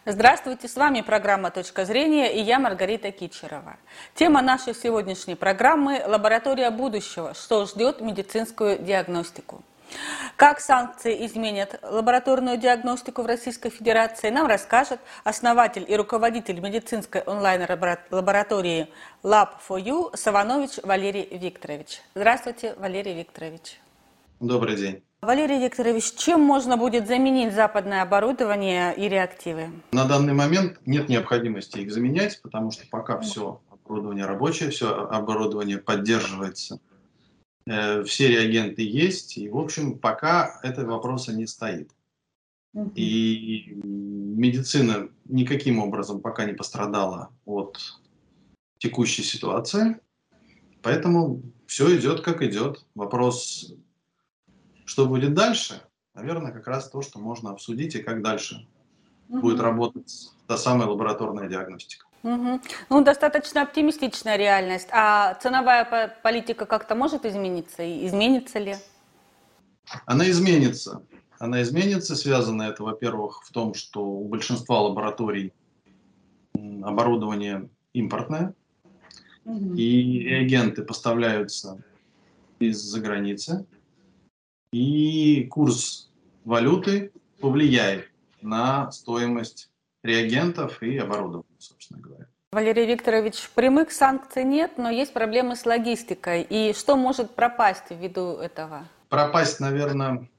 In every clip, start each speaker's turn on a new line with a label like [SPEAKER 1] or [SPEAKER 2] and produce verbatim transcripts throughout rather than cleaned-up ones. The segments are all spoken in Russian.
[SPEAKER 1] Здравствуйте, с вами программа «Точка зрения» и я Маргарита Кичерова. Тема нашей сегодняшней программы – «Лаборатория будущего. Что ждет медицинскую диагностику?». Как санкции изменят лабораторную диагностику в Российской Федерации, нам расскажет основатель и руководитель медицинской онлайн-лаборатории лаб фор ю Саванович Валерий Викторович. Здравствуйте, Валерий Викторович.
[SPEAKER 2] Добрый день.
[SPEAKER 1] Валерий Викторович, чем можно будет заменить западное оборудование и реактивы?
[SPEAKER 2] На данный момент нет необходимости их заменять, потому что пока все оборудование рабочее, все оборудование поддерживается, э, все реагенты есть, и, в общем, пока этого вопроса не стоит. И медицина никаким образом пока не пострадала от текущей ситуации, поэтому все идет как идет. Вопрос, что будет дальше, наверное, как раз то, что можно обсудить, и как дальше угу. будет работать та самая лабораторная диагностика.
[SPEAKER 1] Угу. Ну, достаточно оптимистичная реальность. А ценовая политика как-то может измениться? И изменится ли?
[SPEAKER 2] Она изменится. Она изменится. Связано это, во-первых, в том, что у большинства лабораторий оборудование импортное, угу. и реагенты поставляются из-за границы. И курс валюты повлияет на стоимость реагентов и оборудования, собственно говоря.
[SPEAKER 1] Валерий Викторович, прямых санкций нет, но есть проблемы с логистикой. И что может пропасть ввиду этого?
[SPEAKER 2] Пропасть, наверное,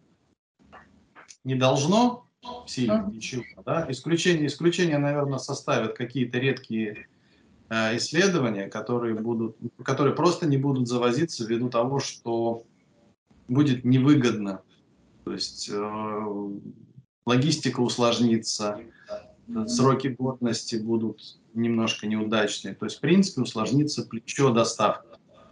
[SPEAKER 2] не должно сильно uh-huh. ничего. Да? Исключение, исключение, наверное, составят какие-то редкие э, исследования, которые, будут, которые просто не будут завозиться ввиду того, что будет невыгодно. То есть э, логистика усложнится, сроки годности будут немножко неудачные. То есть, в принципе, усложнится плечо доставки.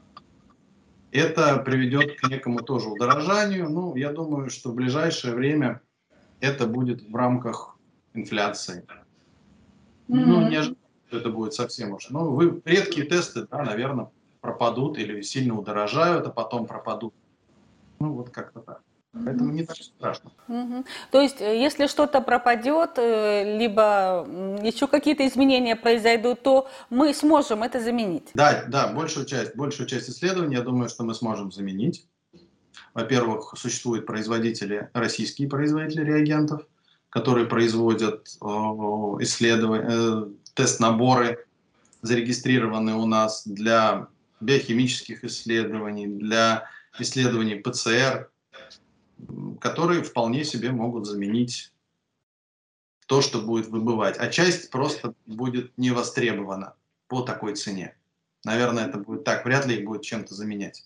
[SPEAKER 2] Это приведет к некому тоже удорожанию. Ну, я думаю, что в ближайшее время это будет в рамках инфляции. Mm-hmm. Ну, не ожидаю, что это будет совсем уж. Но вы, редкие тесты, да, наверное, пропадут или сильно удорожают, а потом пропадут. Ну, вот как-то так. Поэтому не так страшно.
[SPEAKER 1] Угу. То есть, если что-то пропадет, либо еще какие-то изменения произойдут, то мы сможем это заменить?
[SPEAKER 2] Да, да, большую часть, большую часть исследований, я думаю, что мы сможем заменить. Во-первых, существуют производители, российские производители реагентов, которые производят э, исследования, э, тест-наборы, зарегистрированные у нас для биохимических исследований, для исследований ПЦР, которые вполне себе могут заменить то, что будет выбывать. А часть просто будет не востребована по такой цене. Наверное, это будет так. Вряд ли их будет чем-то заменять.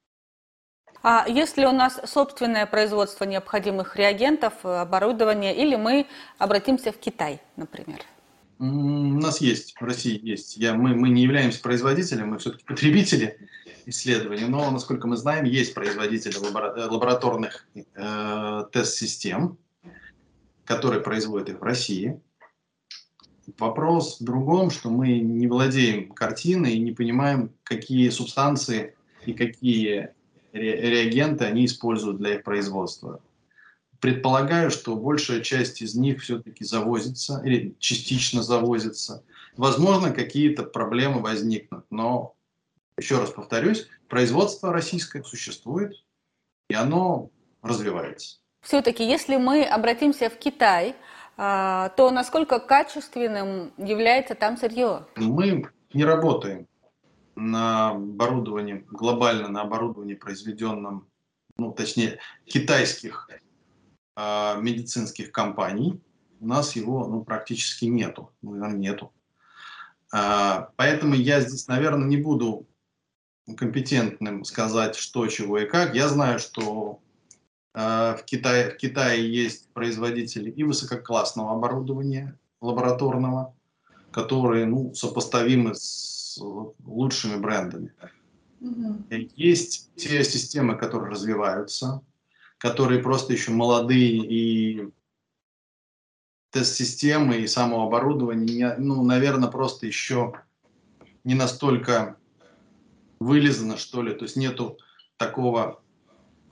[SPEAKER 1] А если у нас собственное производство необходимых реагентов, оборудования, или мы обратимся в Китай, например?
[SPEAKER 2] У нас есть, в России есть. Я, мы, мы не являемся производителем, мы все-таки потребители исследований, но, насколько мы знаем, есть производители лабора- лабораторных э, тест-систем, которые производят их в России. Вопрос в другом, что мы не владеем картиной и не понимаем, какие субстанции и какие ре- реагенты они используют для их производства. Предполагаю, что большая часть из них все-таки завозится или частично завозится. Возможно, какие-то проблемы возникнут, но, еще раз повторюсь, производство российское существует, и оно развивается.
[SPEAKER 1] Все-таки, если мы обратимся в Китай, то насколько качественным является там сырье?
[SPEAKER 2] Мы не работаем на оборудовании, глобально на оборудовании, произведенном, ну, точнее, китайских медицинских компаний. У нас его, ну, практически нету. Наверное, нету. А, поэтому я здесь, наверное, не буду компетентным сказать, что, чего и как. Я знаю, что а, в, Китае, в Китае есть производители и высококлассного оборудования лабораторного, которые, ну, сопоставимы с лучшими брендами. Mm-hmm. Есть те системы, которые развиваются, которые просто еще молодые, и тест-системы и само оборудование, ну, наверное, просто еще не настолько вылезано, что ли, то есть нету такого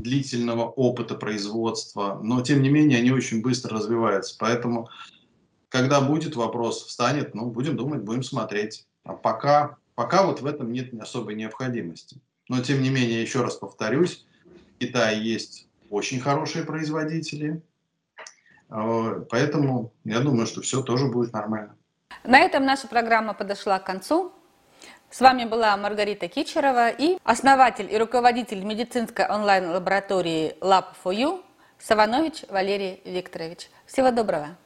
[SPEAKER 2] длительного опыта производства, но, тем не менее, они очень быстро развиваются, поэтому когда будет вопрос, встанет, ну, будем думать, будем смотреть. А пока, пока вот в этом нет особой необходимости. Но, тем не менее, еще раз повторюсь, в Китае есть очень хорошие производители, поэтому я думаю, что все тоже будет нормально.
[SPEAKER 1] На этом наша программа подошла к концу. С вами была Маргарита Кичерова и основатель и руководитель медицинской онлайн-лаборатории Lab фор ю Саванович Валерий Викторович. Всего доброго!